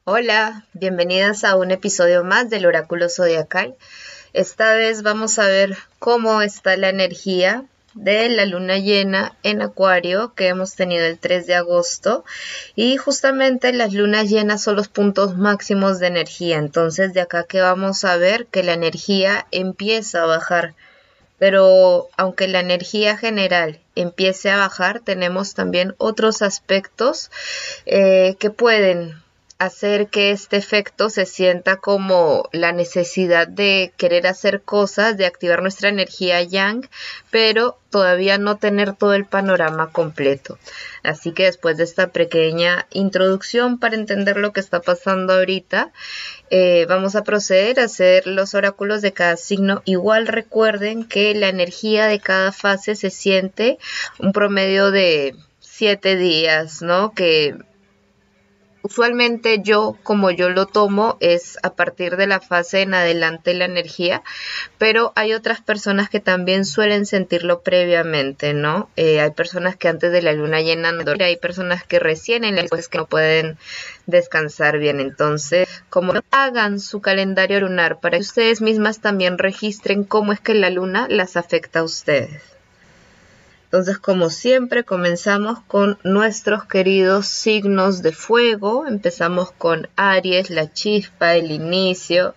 Hola, bienvenidas a un episodio más del Oráculo Zodiacal. Esta vez vamos a ver cómo está la energía de la luna llena en Acuario que hemos tenido el 3 de agosto y justamente las lunas llenas son los puntos máximos de energía. Entonces de acá que vamos a ver que la energía empieza a bajar. Pero aunque la energía general empiece a bajar, tenemos también otros aspectos que pueden hacer que este efecto se sienta como la necesidad de querer hacer cosas, de activar nuestra energía yang, pero todavía no tener todo el panorama completo. Así que después de esta pequeña introducción para entender lo que está pasando ahorita, vamos a proceder a hacer los oráculos de cada signo. Igual recuerden que la energía de cada fase se siente un promedio de 7 días, ¿no? Que usualmente como yo lo tomo, es a partir de la fase en adelante la energía, pero hay otras personas que también suelen sentirlo previamente, ¿no? Hay personas que antes de la luna llena no duermen, hay personas que recién en las que no pueden descansar bien. Entonces, como hagan su calendario lunar para que ustedes mismas también registren cómo es que la luna las afecta a ustedes. Entonces, como siempre, comenzamos con nuestros queridos signos de fuego. Empezamos con Aries, la chispa, el inicio.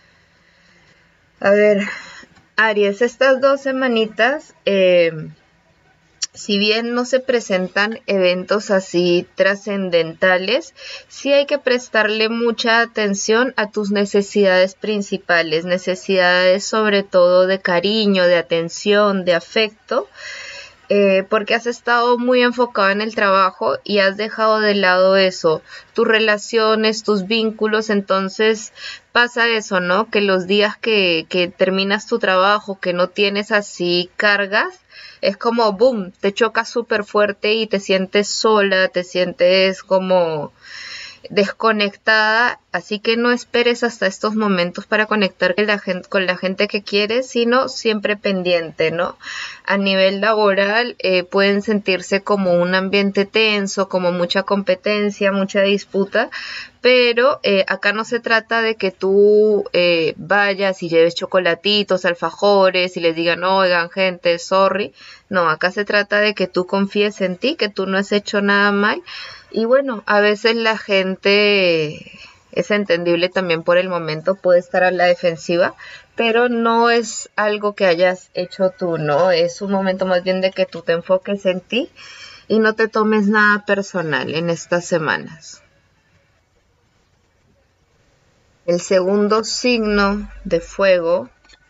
A ver, Aries, estas 2 semanitas, si bien no se presentan eventos así trascendentales, sí hay que prestarle mucha atención a tus necesidades principales, necesidades sobre todo de cariño, de atención, de afecto. Porque has estado muy enfocado en el trabajo y has dejado de lado eso, tus relaciones, tus vínculos. Entonces pasa eso, ¿no? Que los días que terminas tu trabajo, que no tienes así cargas, es como boom, te choca súper fuerte y te sientes sola, te sientes como desconectada, así que no esperes hasta estos momentos para conectar con la gente que quieres, sino siempre pendiente, ¿no? A nivel laboral pueden sentirse como un ambiente tenso, como mucha competencia, mucha disputa, pero acá no se trata de que tú vayas y lleves chocolatitos, alfajores y les digan, oigan gente, sorry. No, acá se trata de que tú confíes en ti, que tú no has hecho nada mal. Y bueno, a veces la gente, es entendible también por el momento, puede estar a la defensiva, pero no es algo que hayas hecho tú, ¿no? Es un momento más bien de que tú te enfoques en ti y no te tomes nada personal en estas semanas. El segundo signo de fuego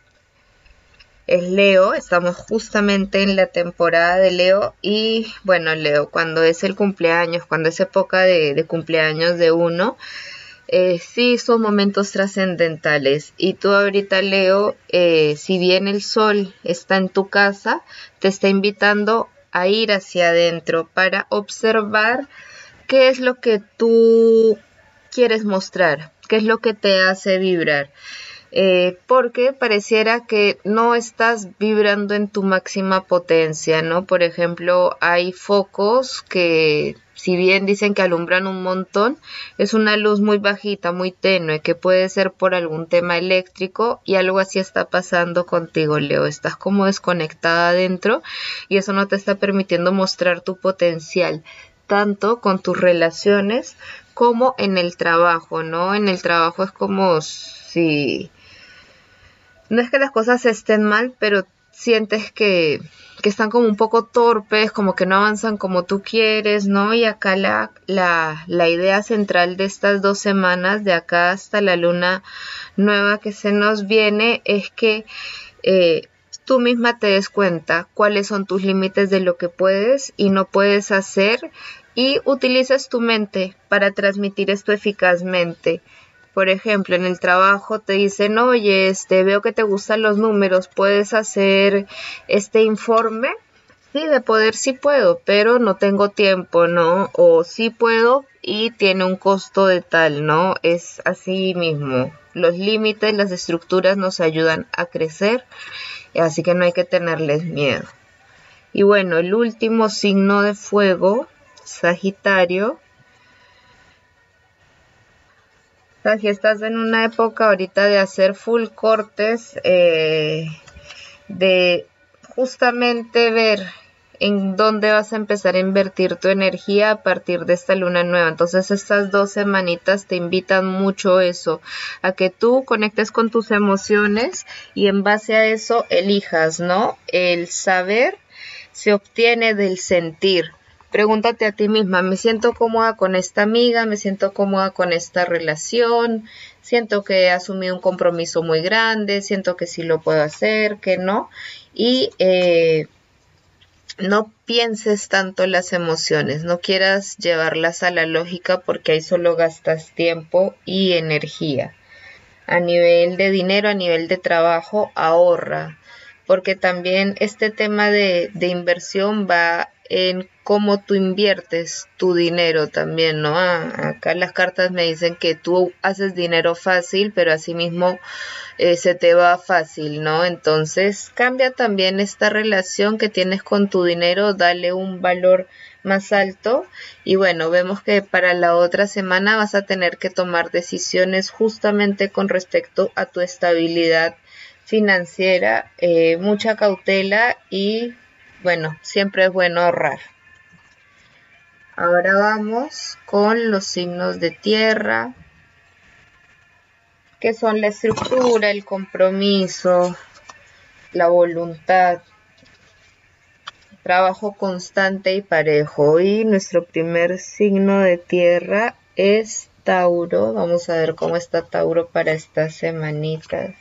es Leo. Estamos justamente en la temporada de Leo y bueno, Leo, cuando es el cumpleaños, cuando es época de cumpleaños de uno, sí son momentos trascendentales. Y tú ahorita, Leo, si bien el sol está en tu casa, te está invitando a ir hacia adentro para observar qué es lo que tú quieres mostrar, qué es lo que te hace vibrar. Porque pareciera que no estás vibrando en tu máxima potencia, ¿no? Por ejemplo, hay focos que, si bien dicen que alumbran un montón, es una luz muy bajita, muy tenue, que puede ser por algún tema eléctrico, y algo así está pasando contigo, Leo. Estás como desconectada adentro y eso no te está permitiendo mostrar tu potencial, tanto con tus relaciones como en el trabajo, ¿no? En el trabajo es como si no es que las cosas estén mal, pero sientes que están como un poco torpes, como que no avanzan como tú quieres, ¿no? Y acá la idea central de estas 2 semanas, de acá hasta la luna nueva que se nos viene, es que tú misma te des cuenta cuáles son tus límites de lo que puedes y no puedes hacer, y utilices tu mente para transmitir esto eficazmente. Por ejemplo, en el trabajo te dicen, oye, veo que te gustan los números, ¿puedes hacer este informe? Sí, de poder sí puedo, pero no tengo tiempo, ¿no? O sí puedo y tiene un costo de tal, ¿no? Es así mismo. Los límites, las estructuras nos ayudan a crecer, así que no hay que tenerles miedo. Y bueno, el último signo de fuego, Sagitario. O sea, si estás en una época ahorita de hacer full cortes, de justamente ver en dónde vas a empezar a invertir tu energía a partir de esta luna nueva. Entonces estas 2 semanitas te invitan mucho eso, a que tú conectes con tus emociones y en base a eso elijas, ¿no? El saber se obtiene del sentir. Pregúntate a ti misma, ¿me siento cómoda con esta amiga? ¿Me siento cómoda con esta relación? Siento que he asumido un compromiso muy grande, siento que sí lo puedo hacer, que no. Y no pienses tanto las emociones, no quieras llevarlas a la lógica porque ahí solo gastas tiempo y energía. A nivel de dinero, a nivel de trabajo, ahorra, porque también este tema de inversión va en cómo tú inviertes tu dinero también, ¿no? Acá las cartas me dicen que tú haces dinero fácil, pero asimismo se te va fácil, ¿no? Entonces cambia también esta relación que tienes con tu dinero, dale un valor más alto y bueno, vemos que para la otra semana vas a tener que tomar decisiones justamente con respecto a tu estabilidad financiera, mucha cautela y bueno, siempre es bueno ahorrar. Ahora vamos con los signos de tierra, que son la estructura, el compromiso, la voluntad, trabajo constante y parejo. Y nuestro primer signo de tierra es Tauro. Vamos a ver cómo está Tauro para estas semanitas.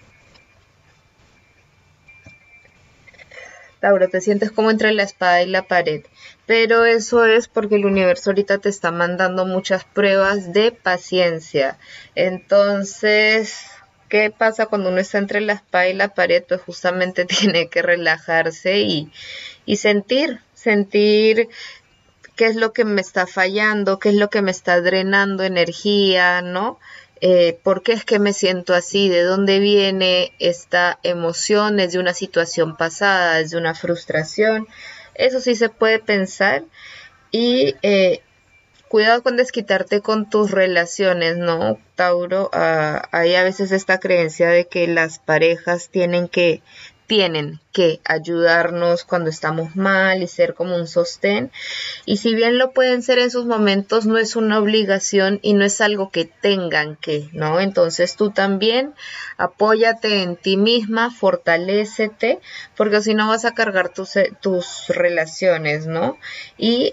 Tauro, te sientes como entre la espada y la pared, pero eso es porque el universo ahorita te está mandando muchas pruebas de paciencia. Entonces, ¿qué pasa cuando uno está entre la espada y la pared? Pues justamente tiene que relajarse y sentir qué es lo que me está fallando, qué es lo que me está drenando energía, ¿no? ¿Por qué es que me siento así? ¿De dónde viene esta emoción? ¿Es de una situación pasada? ¿Es de una frustración? Eso sí se puede pensar y cuidado con desquitarte con tus relaciones, ¿no, Tauro? Hay a veces esta creencia de que las parejas tienen que ayudarnos cuando estamos mal y ser como un sostén. Y si bien lo pueden ser en sus momentos, no es una obligación y no es algo que tengan que, ¿no? Entonces tú también apóyate en ti misma, fortalécete, porque si no vas a cargar tus relaciones, ¿no? Y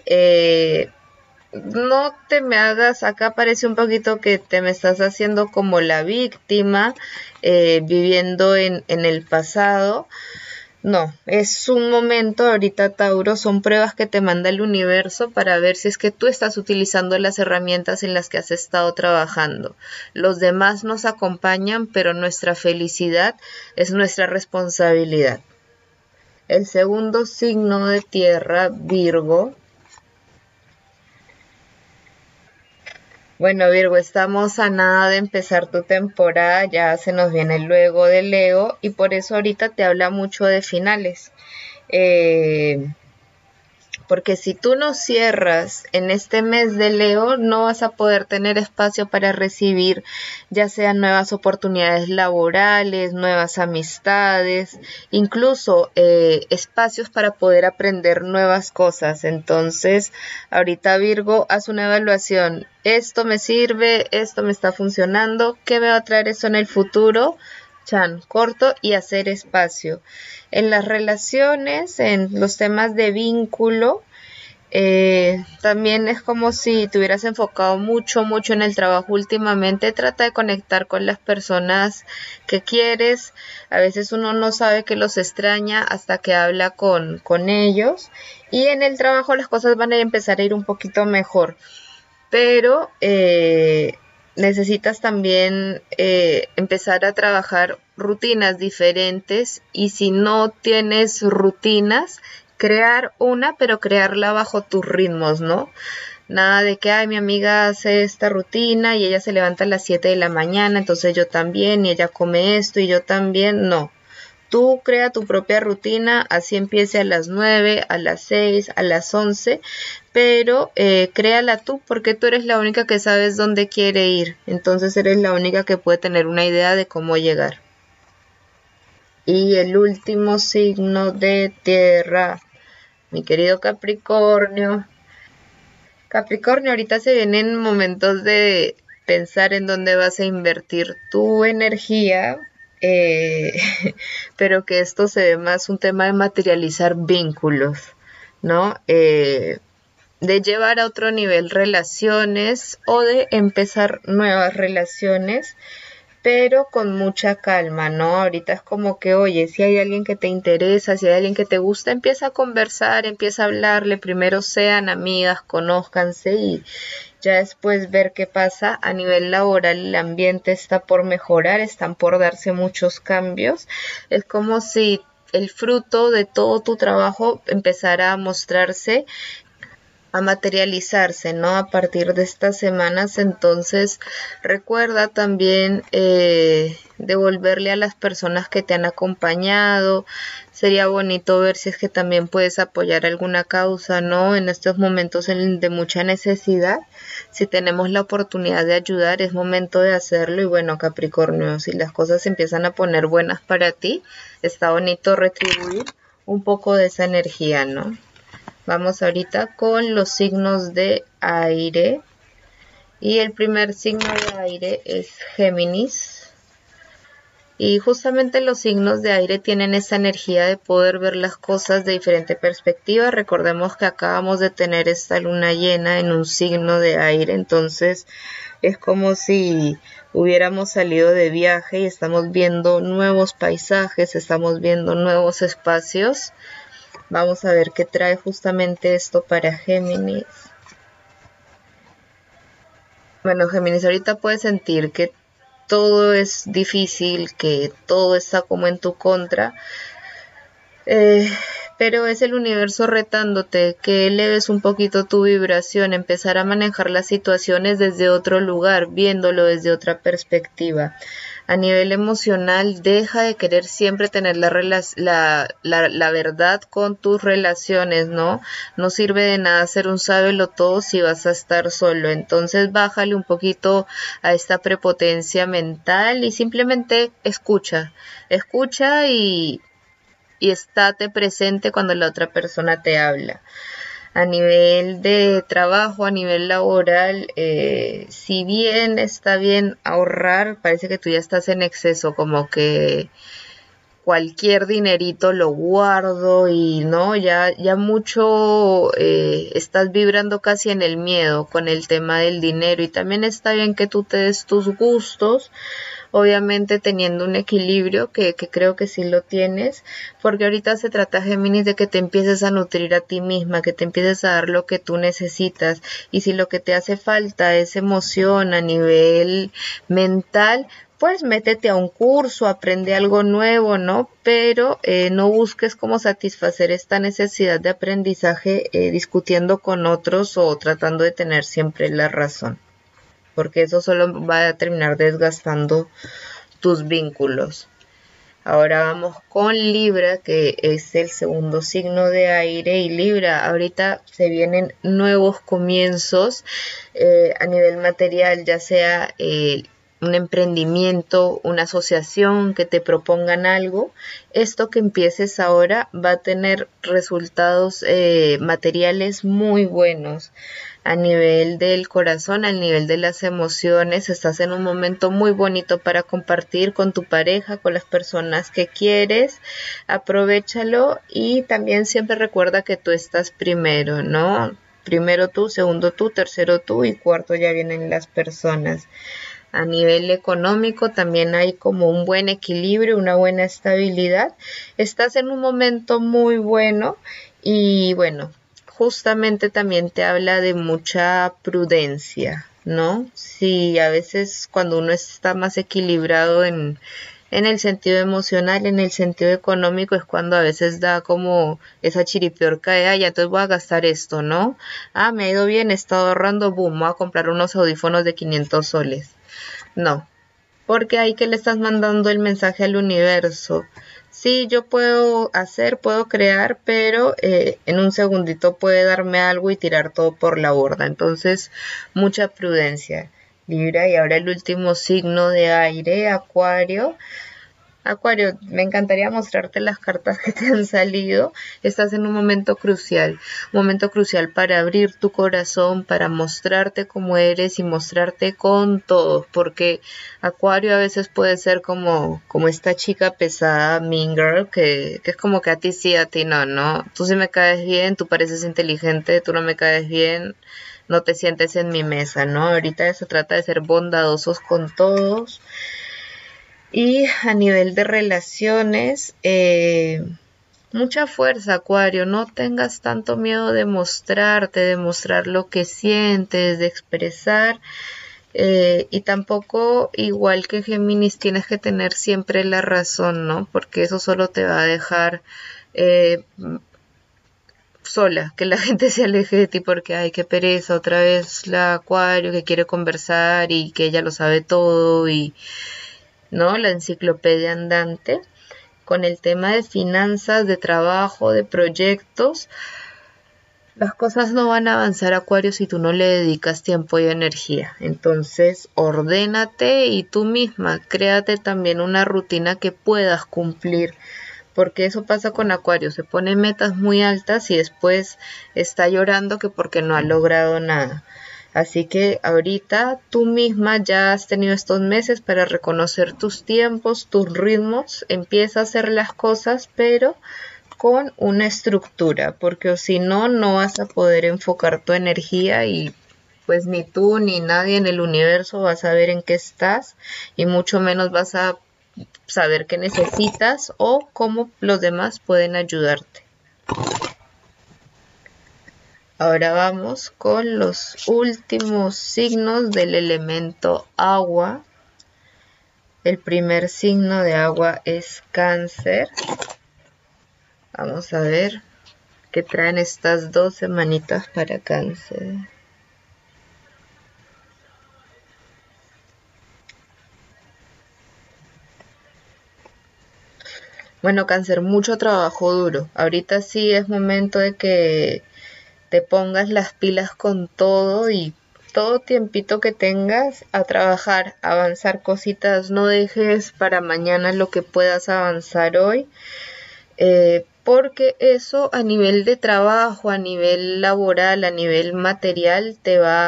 no te me hagas, acá parece un poquito que te me estás haciendo como la víctima, viviendo en el pasado. No, es un momento ahorita, Tauro, son pruebas que te manda el universo para ver si es que tú estás utilizando las herramientas en las que has estado trabajando. Los demás nos acompañan, pero nuestra felicidad es nuestra responsabilidad. El segundo signo de tierra, Virgo. Bueno, Virgo, estamos a nada de empezar tu temporada, ya se nos viene luego de Leo y por eso ahorita te habla mucho de finales. Porque si tú no cierras en este mes de Leo, no vas a poder tener espacio para recibir ya sean nuevas oportunidades laborales, nuevas amistades, incluso espacios para poder aprender nuevas cosas. Entonces, ahorita Virgo, haz una evaluación. Esto me sirve, esto me está funcionando, ¿qué me va a traer eso en el futuro? Corto y hacer espacio. En las relaciones, en los temas de vínculo, también es como si te hubieras enfocado mucho en el trabajo últimamente. Trata de conectar con las personas que quieres. A veces uno no sabe que los extraña hasta que habla con ellos. Y en el trabajo las cosas van a empezar a ir un poquito mejor. Pero necesitas también empezar a trabajar rutinas diferentes y si no tienes rutinas, crear una, pero crearla bajo tus ritmos, ¿no? Nada de que, ay, mi amiga hace esta rutina y ella se levanta a las 7 de la mañana, entonces yo también, y ella come esto y yo también, no. Tú crea tu propia rutina, así empiece a las 9, a las 6, a las 11, pero créala tú porque tú eres la única que sabes dónde quiere ir. Entonces eres la única que puede tener una idea de cómo llegar. Y el último signo de tierra, mi querido Capricornio. Capricornio, ahorita se vienen momentos de pensar en dónde vas a invertir tu energía, eh, pero que esto se ve más un tema de materializar vínculos, ¿no? De llevar a otro nivel relaciones o de empezar nuevas relaciones, pero con mucha calma, ¿no? Ahorita es como que, oye, si hay alguien que te interesa, si hay alguien que te gusta, empieza a conversar, empieza a hablarle, primero sean amigas, conózcanse y ya después ver qué pasa. A nivel laboral el ambiente está por mejorar, están por darse muchos cambios. Es como si el fruto de todo tu trabajo empezara a mostrarse, a materializarse, ¿no? A partir de estas semanas. Entonces recuerda también devolverle a las personas que te han acompañado. Sería bonito ver si es que también puedes apoyar alguna causa, ¿no? En estos momentos de mucha necesidad, si tenemos la oportunidad de ayudar, es momento de hacerlo. Y bueno, Capricornio, si las cosas se empiezan a poner buenas para ti, está bonito retribuir un poco de esa energía, ¿no? Vamos ahorita con los signos de aire. Y el primer signo de aire es Géminis. Y justamente los signos de aire tienen esa energía de poder ver las cosas de diferente perspectiva. Recordemos que acabamos de tener esta luna llena en un signo de aire. Entonces es como si hubiéramos salido de viaje y estamos viendo nuevos paisajes, estamos viendo nuevos espacios. Vamos a ver qué trae justamente esto para Géminis. Bueno, Géminis, ahorita puedes sentir que todo es difícil, que todo está como en tu contra, pero es el universo retándote que eleves un poquito tu vibración, empezar a manejar las situaciones desde otro lugar, viéndolo desde otra perspectiva. A nivel emocional, deja de querer siempre tener la verdad con tus relaciones, ¿no? No sirve de nada ser un sábelo-todo si vas a estar solo. Entonces, bájale un poquito a esta prepotencia mental y simplemente escucha. Escucha y estate presente cuando la otra persona te habla. A nivel de trabajo, a nivel laboral, si bien está bien ahorrar, parece que tú ya estás en exceso, como que cualquier dinerito lo guardo y no, ya mucho estás vibrando casi en el miedo con el tema del dinero. Y también está bien que tú te des tus gustos, obviamente teniendo un equilibrio que creo que sí lo tienes, porque ahorita se trata, Géminis, de que te empieces a nutrir a ti misma, que te empieces a dar lo que tú necesitas, y si lo que te hace falta es emoción a nivel mental, pues métete a un curso, aprende algo nuevo, ¿no? Pero no busques cómo satisfacer esta necesidad de aprendizaje discutiendo con otros o tratando de tener siempre la razón, porque eso solo va a terminar desgastando tus vínculos. Ahora vamos con Libra, que es el segundo signo de aire. Y Libra, ahorita se vienen nuevos comienzos a nivel material, ya sea un emprendimiento, una asociación que te propongan algo. Esto que empieces ahora va a tener resultados materiales muy buenos. A nivel del corazón, al nivel de las emociones, estás en un momento muy bonito para compartir con tu pareja, con las personas que quieres. Aprovéchalo y también siempre recuerda que tú estás primero, ¿no? Primero tú, segundo tú, tercero tú y cuarto ya vienen las personas. A nivel económico también hay como un buen equilibrio, una buena estabilidad. Estás en un momento muy bueno y bueno, justamente también te habla de mucha prudencia, ¿no? Sí, a veces cuando uno está más equilibrado en el sentido emocional, en el sentido económico, es cuando a veces da como esa chiripiorca de, ya entonces voy a gastar esto, ¿no? Me ha ido bien, he estado ahorrando, boom, voy a comprar unos audífonos de 500 soles. No, porque ahí que le estás mandando el mensaje al universo. Sí, yo puedo hacer, puedo crear, pero en un segundito puede darme algo y tirar todo por la borda. Entonces, mucha prudencia, Libra. Y ahora el último signo de aire, Acuario. Acuario, me encantaría mostrarte las cartas que te han salido. Estás en un momento crucial para abrir tu corazón, para mostrarte cómo eres y mostrarte con todo, porque Acuario a veces puede ser como esta chica pesada, mean girl, que es como que a ti sí, a ti no, ¿no? Tú sí me caes bien, tú pareces inteligente, tú no me caes bien, no te sientes en mi mesa, ¿no? Ahorita se trata de ser bondadosos con todos. Y a nivel de relaciones, mucha fuerza, Acuario. No tengas tanto miedo de mostrarte, de mostrar lo que sientes, de expresar. Y tampoco, igual que Géminis, tienes que tener siempre la razón, ¿no? Porque eso solo te va a dejar sola, que la gente se aleje de ti porque, ay, qué pereza, otra vez la Acuario que quiere conversar y que ella lo sabe todo y ¿no? La enciclopedia andante, con el tema de finanzas, de trabajo, de proyectos. Las cosas no van a avanzar, Acuario, si tú no le dedicas tiempo y energía. Entonces, ordénate y tú misma, créate también una rutina que puedas cumplir. Porque eso pasa con Acuario, se pone metas muy altas y después está llorando que porque no ha logrado nada. Así que ahorita tú misma ya has tenido estos meses para reconocer tus tiempos, tus ritmos, empieza a hacer las cosas, pero con una estructura, porque si no, no vas a poder enfocar tu energía y pues ni tú ni nadie en el universo va a saber en qué estás y mucho menos vas a saber qué necesitas o cómo los demás pueden ayudarte. Ahora vamos con los últimos signos del elemento agua. El primer signo de agua es Cáncer. Vamos a ver qué traen estas 2 semanitas para Cáncer. Bueno, Cáncer, mucho trabajo duro. Ahorita sí es momento de que te pongas las pilas con todo y todo tiempito que tengas a trabajar, a avanzar cositas, no dejes para mañana lo que puedas avanzar hoy, porque eso a nivel de trabajo, a nivel laboral, a nivel material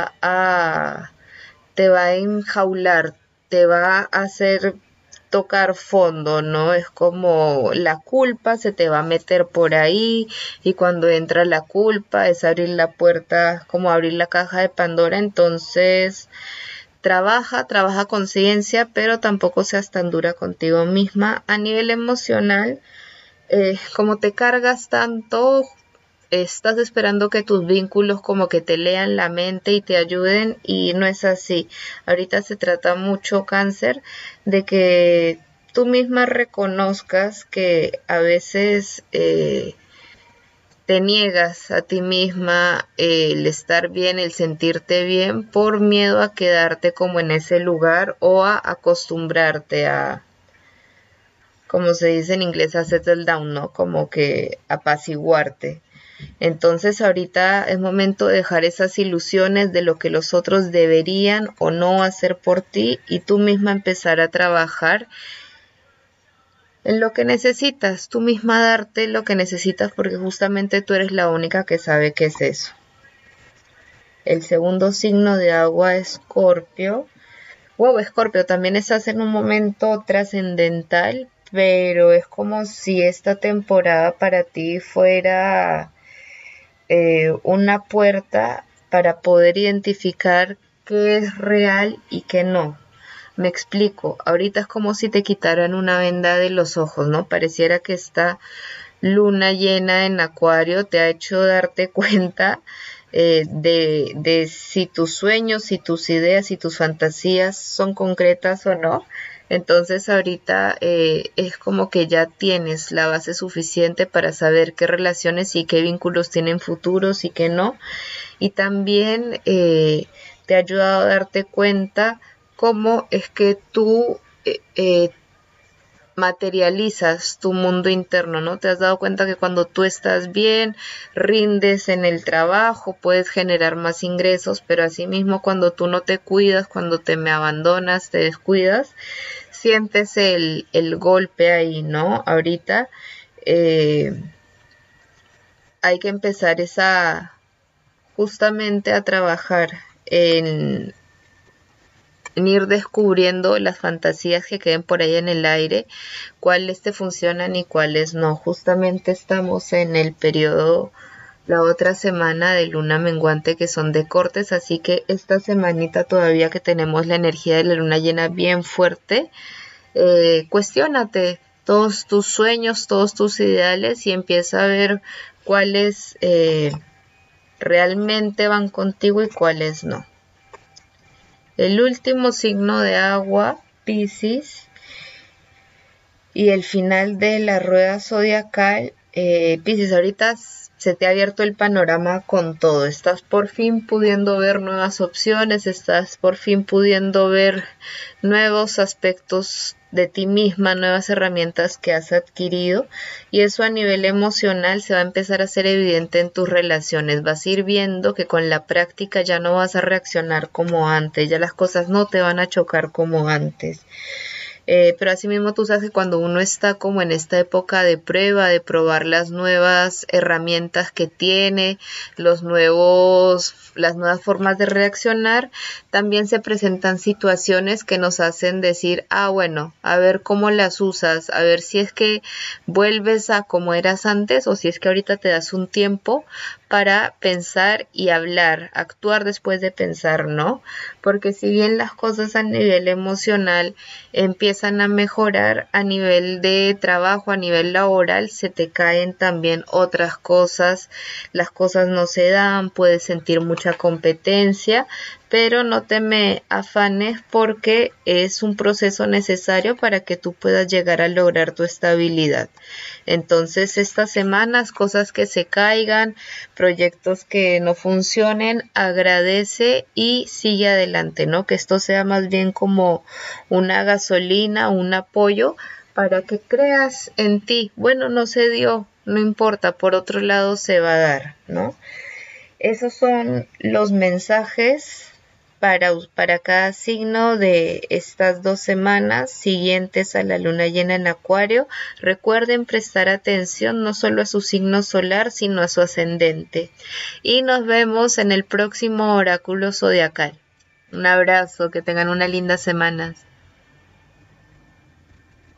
te va a enjaular, te va a hacer tocar fondo, ¿no? Es como la culpa se te va a meter por ahí y cuando entra la culpa es abrir la puerta, como abrir la caja de Pandora, entonces trabaja con ciencia, pero tampoco seas tan dura contigo misma. A nivel emocional, como te cargas tanto, estás esperando que tus vínculos como que te lean la mente y te ayuden y no es así. Ahorita se trata mucho, Cáncer, de que tú misma reconozcas que a veces te niegas a ti misma el estar bien, el sentirte bien por miedo a quedarte como en ese lugar o a acostumbrarte a, como se dice en inglés, a settle down, ¿no? Como que apaciguarte. Entonces ahorita es momento de dejar esas ilusiones de lo que los otros deberían o no hacer por ti y tú misma empezar a trabajar en lo que necesitas, tú misma darte lo que necesitas porque justamente tú eres la única que sabe qué es eso. El segundo signo de agua es Escorpio. Wow, Escorpio, también estás en un momento trascendental, pero es como si esta temporada para ti fuera una puerta para poder identificar qué es real y qué no. Me explico, ahorita es como si te quitaran una venda de los ojos, ¿no? Pareciera que esta luna llena en Acuario te ha hecho darte cuenta de si tus sueños, si tus ideas, si tus fantasías son concretas o no. Entonces ahorita es como que ya tienes la base suficiente para saber qué relaciones y qué vínculos tienen futuros y qué no. Y también te ha ayudado a darte cuenta cómo es que tú eh, eh, materializas tu mundo interno, ¿no? Te has dado cuenta que cuando tú estás bien, rindes en el trabajo, puedes generar más ingresos, pero asimismo cuando tú no te cuidas, cuando te me abandonas, te descuidas, sientes el golpe ahí, ¿no? Ahorita eh, hay que empezar justamente a trabajar en ir descubriendo las fantasías que queden por ahí en el aire, cuáles te funcionan y cuáles no. Justamente estamos en el periodo, la otra semana de luna menguante, que son de cortes, así que esta semanita todavía que tenemos la energía de la luna llena bien fuerte, cuestiónate todos tus sueños, todos tus ideales y empieza a ver cuáles realmente van contigo y cuáles no. El último signo de agua, Piscis, y el final de la rueda zodiacal, Piscis, ahorita se te ha abierto el panorama con todo. Estás por fin pudiendo ver nuevas opciones, estás por fin pudiendo ver nuevos aspectos de ti misma, nuevas herramientas que has adquirido, y eso a nivel emocional se va a empezar a hacer evidente en tus relaciones. Vas a ir viendo que con la práctica ya no vas a reaccionar como antes, ya las cosas no te van a chocar como antes. Pero asimismo tú sabes que cuando uno está como en esta época de prueba, de probar las nuevas herramientas que tiene, las nuevas formas de reaccionar, también se presentan situaciones que nos hacen decir, bueno, a ver cómo las usas, a ver si es que vuelves a como eras antes o si es que ahorita te das un tiempo para pensar y hablar, actuar después de pensar, ¿no? Porque si bien las cosas a nivel emocional empiezan a mejorar, a nivel de trabajo, a nivel laboral, se te caen también otras cosas, las cosas no se dan, puedes sentir mucha competencia, pero no te me afanes porque es un proceso necesario para que tú puedas llegar a lograr tu estabilidad. Entonces, estas semanas, cosas que se caigan, proyectos que no funcionen, agradece y sigue adelante, ¿no? Que esto sea más bien como una gasolina, un apoyo para que creas en ti. Bueno, no se dio, no importa, por otro lado se va a dar, ¿no? Esos son los mensajes para cada signo de estas 2 semanas siguientes a la luna llena en Acuario. Recuerden prestar atención no solo a su signo solar, sino a su ascendente. Y nos vemos en el próximo oráculo zodiacal. Un abrazo, que tengan una linda semana.